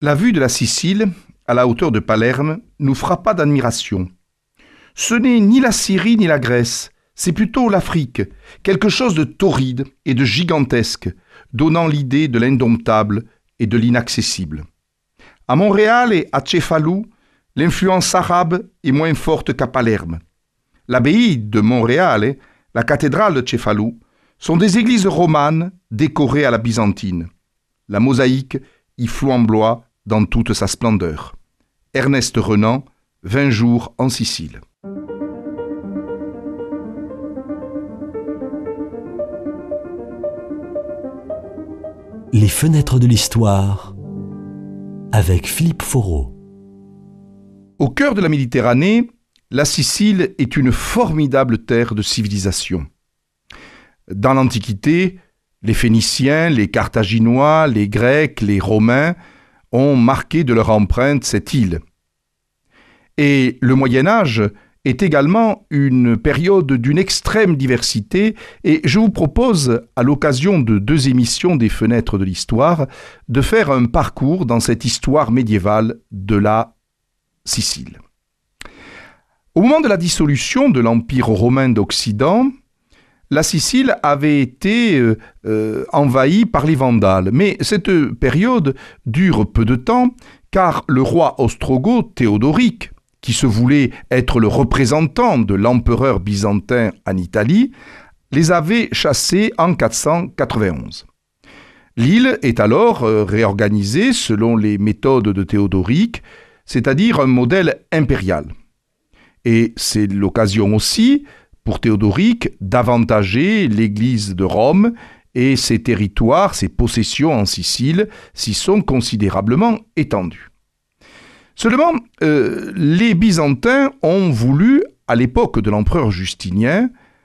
La vue de la Sicile, à la hauteur de Palerme, nous frappa d'admiration. Ce n'est ni la Syrie ni la Grèce, c'est plutôt l'Afrique, quelque chose de torride et de gigantesque, donnant l'idée de l'indomptable et de l'inaccessible. À Montréal et à Cefalù, l'influence arabe est moins forte qu'à Palerme. L'abbaye de Montréal et la cathédrale de Cefalù sont des églises romanes décorées à la byzantine. La mosaïque y flamboie dans toute sa splendeur. Ernest Renan, 20 jours en Sicile. Les fenêtres de l'histoire avec Philippe Foreau. Au cœur de la Méditerranée, la Sicile est une formidable terre de civilisation. Dans l'Antiquité, les Phéniciens, les Carthaginois, les Grecs, les Romains ont marqué de leur empreinte cette île. Et le Moyen-Âge est également une période d'une extrême diversité et je vous propose, à l'occasion de 2 émissions des Fenêtres de l'Histoire, de faire un parcours dans cette histoire médiévale de la Sicile. Au moment de la dissolution de l'Empire romain d'Occident, la Sicile avait été envahie par les Vandales. Mais cette période dure peu de temps, car le roi ostrogoth Théodoric, qui se voulait être le représentant de l'empereur byzantin en Italie, les avait chassés en 491. L'île est alors réorganisée selon les méthodes de Théodoric, c'est-à-dire un modèle impérial. Et c'est l'occasion aussi pour Théodoric d'avantager l'Église de Rome et ses territoires, ses possessions en Sicile s'y sont considérablement étendus. Seulement, les Byzantins ont voulu, à l'époque de l'empereur Justinien,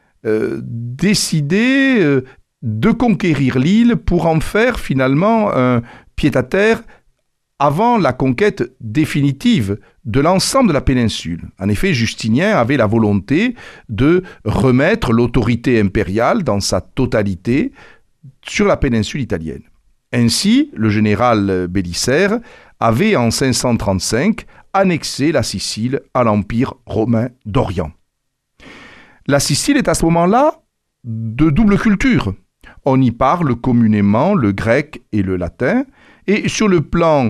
décider de conquérir l'île pour en faire finalement un pied-à-terre avant la conquête définitive de l'ensemble de la péninsule. En effet, Justinien avait la volonté de remettre l'autorité impériale dans sa totalité sur la péninsule italienne. Ainsi, le général Bélisaire avait en 535 annexé la Sicile à l'Empire romain d'Orient. La Sicile est à ce moment-là de double culture. On y parle communément le grec et le latin, et sur le plan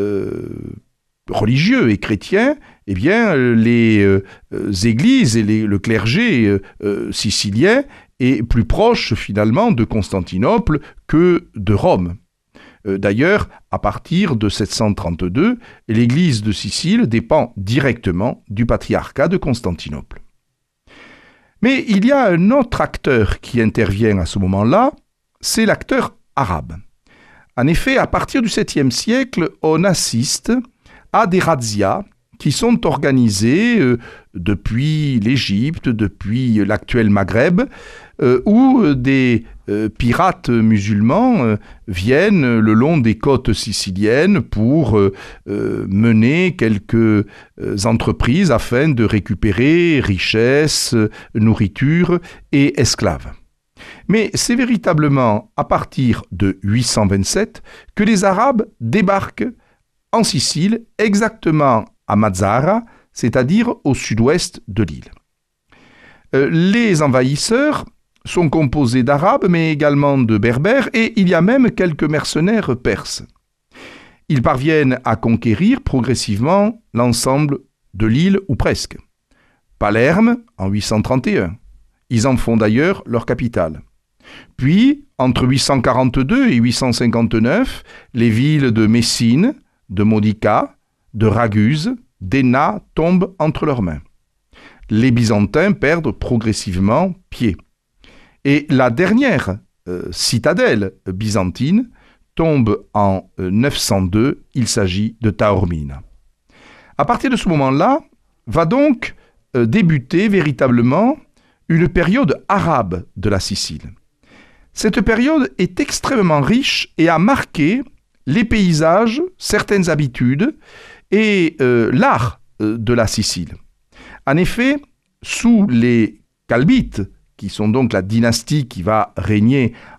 religieux et chrétien, eh bien, les églises et le clergé sicilien est plus proche finalement de Constantinople que de Rome. D'ailleurs, à partir de 732, l'église de Sicile dépend directement du patriarcat de Constantinople. Mais il y a un autre acteur qui intervient à ce moment-là, c'est l'acteur arabe. En effet, à partir du 7e siècle, on assiste à des razzias qui sont organisées depuis l'Égypte, depuis l'actuel Maghreb, où des pirates musulmans viennent le long des côtes siciliennes pour mener quelques entreprises afin de récupérer richesses, nourriture et esclaves. Mais c'est véritablement à partir de 827 que les Arabes débarquent en Sicile, exactement à Mazara, c'est-à-dire au sud-ouest de l'île. Les envahisseurs sont composés d'Arabes, mais également de Berbères, et il y a même quelques mercenaires perses. Ils parviennent à conquérir progressivement l'ensemble de l'île, ou presque. Palerme, en 831. Ils en font d'ailleurs leur capitale. Puis, entre 842 et 859, les villes de Messine, de Modica, de Raguse, d'Enna tombent entre leurs mains. Les Byzantins perdent progressivement pied. Et la dernière citadelle byzantine tombe en 902, il s'agit de Taormina. À partir de ce moment-là, va donc débuter véritablement une période arabe de la Sicile. Cette période est extrêmement riche et a marqué les paysages, certaines habitudes et l'art de la Sicile. En effet, sous les Calbites, qui sont donc la dynastie qui va régner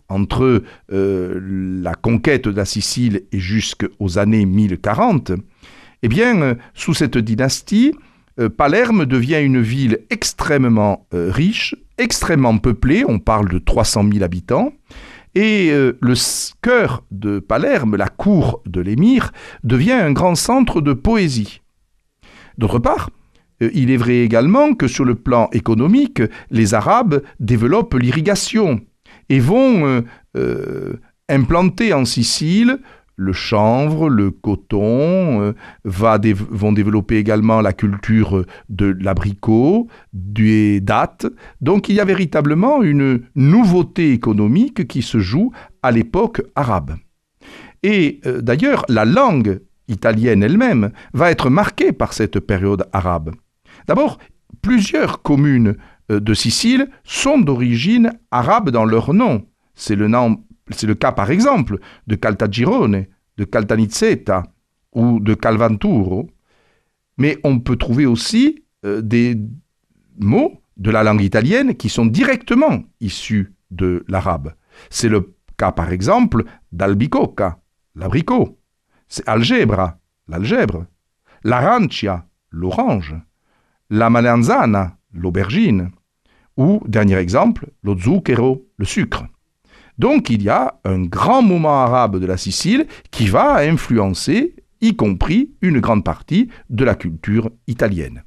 entre la conquête de la Sicile et jusqu'aux années 1040, eh bien, sous cette dynastie, Palerme devient une ville extrêmement riche, extrêmement peuplée, on parle de 300 000 habitants, et le cœur de Palerme, la cour de l'émir, devient un grand centre de poésie. D'autre part, il est vrai également que sur le plan économique, les Arabes développent l'irrigation et vont implanter en Sicile le chanvre, le coton, vont développer également la culture de l'abricot, des dattes. Donc il y a véritablement une nouveauté économique qui se joue à l'époque arabe. Et d'ailleurs, la langue italienne elle-même va être marquée par cette période arabe. D'abord, plusieurs communes de Sicile sont d'origine arabe dans leur nom. C'est le cas par exemple de Caltagirone, de Caltanissetta ou de Calvanturo. Mais on peut trouver aussi des mots de la langue italienne qui sont directement issus de l'arabe. C'est le cas par exemple d'Albicocca, l'abricot. C'est algebra, l'algèbre. L'arancia, l'orange. La melanzana, l'aubergine. Ou, dernier exemple, lo zucchero, le sucre. Donc il y a un grand moment arabe de la Sicile qui va influencer, y compris une grande partie de la culture italienne.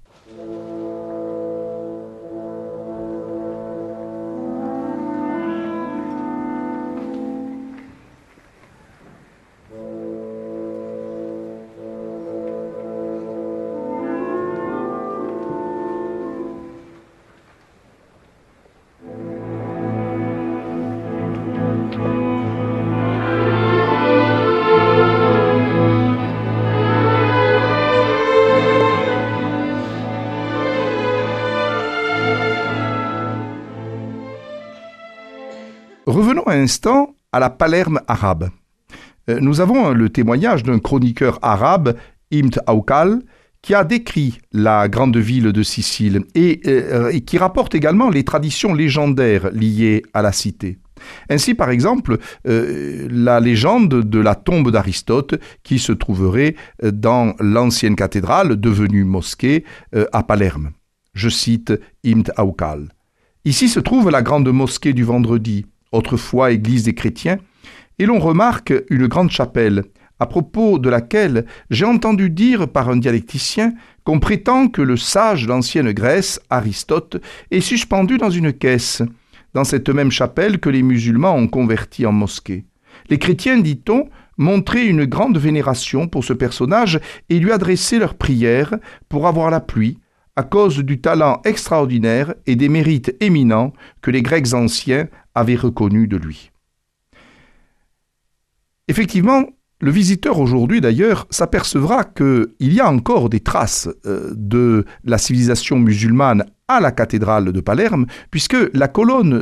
Revenons un instant à la Palerme arabe. Nous avons le témoignage d'un chroniqueur arabe, Ibn Aukal, qui a décrit la grande ville de Sicile et qui rapporte également les traditions légendaires liées à la cité. Ainsi, par exemple, la légende de la tombe d'Aristote qui se trouverait dans l'ancienne cathédrale devenue mosquée à Palerme. Je cite Ibn Aukal. « Ici se trouve la grande mosquée du vendredi, autrefois église des chrétiens, et l'on remarque une grande chapelle, à propos de laquelle j'ai entendu dire par un dialecticien qu'on prétend que le sage de l'ancienne Grèce, Aristote, est suspendu dans une caisse, dans cette même chapelle que les musulmans ont convertie en mosquée. Les chrétiens, dit-on, montraient une grande vénération pour ce personnage et lui adressaient leurs prières pour avoir la pluie, à cause du talent extraordinaire et des mérites éminents que les Grecs anciens avaient reconnus de lui. » Effectivement, le visiteur aujourd'hui d'ailleurs s'apercevra qu'il y a encore des traces de la civilisation musulmane à la cathédrale de Palerme, puisque la colonne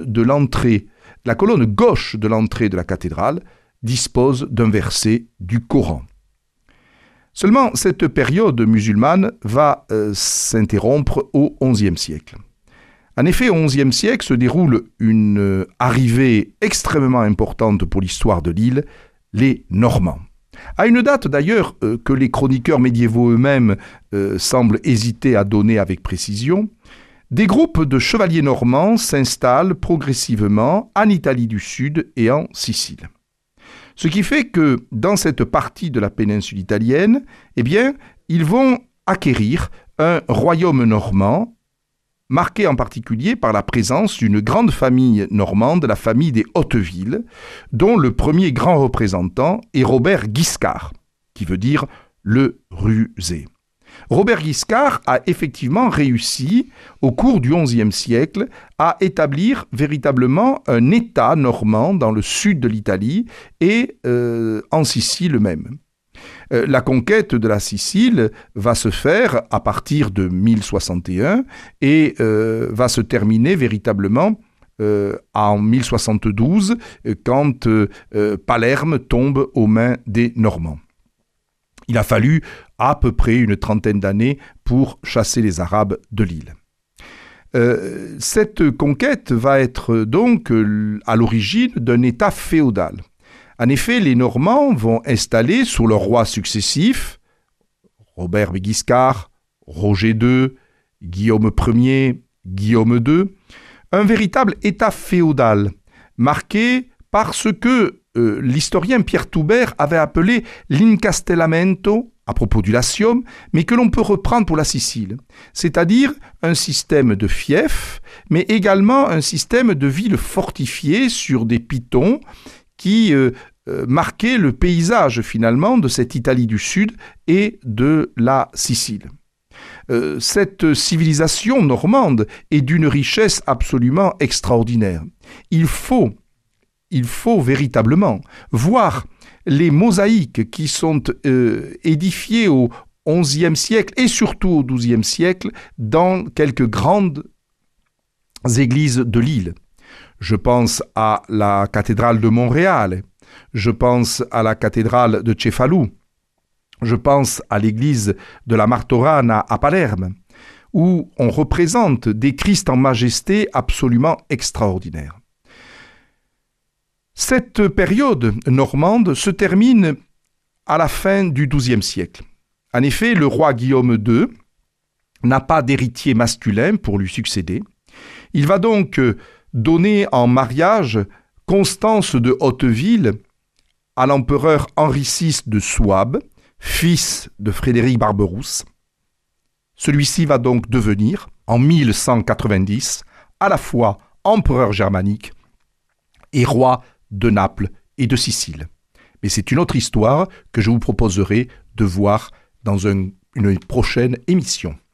gauche de l'entrée de la cathédrale dispose d'un verset du Coran. Seulement, cette période musulmane va s'interrompre au XIe siècle. En effet, au XIe siècle se déroule une arrivée extrêmement importante pour l'histoire de l'île, les Normands. À une date d'ailleurs que les chroniqueurs médiévaux eux-mêmes semblent hésiter à donner avec précision, des groupes de chevaliers normands s'installent progressivement en Italie du Sud et en Sicile. Ce qui fait que dans cette partie de la péninsule italienne, eh bien, ils vont acquérir un royaume normand, marqué en particulier par la présence d'une grande famille normande, la famille des Hauteville, dont le premier grand représentant est Robert Guiscard, qui veut dire le rusé. Robert Guiscard a effectivement réussi, au cours du XIe siècle, à établir véritablement un État normand dans le sud de l'Italie et en Sicile même. La conquête de la Sicile va se faire à partir de 1061 et va se terminer véritablement en 1072 quand Palerme tombe aux mains des Normands. Il a fallu à peu près une trentaine d'années pour chasser les Arabes de l'île. Cette conquête va être donc à l'origine d'un État féodal. En effet, les Normands vont installer sous leurs rois successifs, Robert Guiscard, Roger II, Guillaume Ier, Guillaume II, un véritable État féodal, marqué par ce que l'historien Pierre Toubert avait appelé l'incastellamento, à propos du Latium, mais que l'on peut reprendre pour la Sicile, c'est-à-dire un système de fiefs, mais également un système de villes fortifiées sur des pitons qui marquaient le paysage finalement de cette Italie du Sud et de la Sicile. Cette civilisation normande est d'une richesse absolument extraordinaire. Il faut véritablement voir les mosaïques qui sont édifiées au XIe siècle et surtout au XIIe siècle dans quelques grandes églises de l'île. Je pense à la cathédrale de Montréal, je pense à la cathédrale de Cefalù, je pense à l'église de la Martorana à Palerme, où on représente des Christ en majesté absolument extraordinaires. Cette période normande se termine à la fin du XIIe siècle. En effet, le roi Guillaume II n'a pas d'héritier masculin pour lui succéder. Il va donc donner en mariage Constance de Hauteville à l'empereur Henri VI de Souabe, fils de Frédéric Barberousse. Celui-ci va donc devenir, en 1190, à la fois empereur germanique et roi de Naples et de Sicile. Mais c'est une autre histoire que je vous proposerai de voir dans une prochaine émission.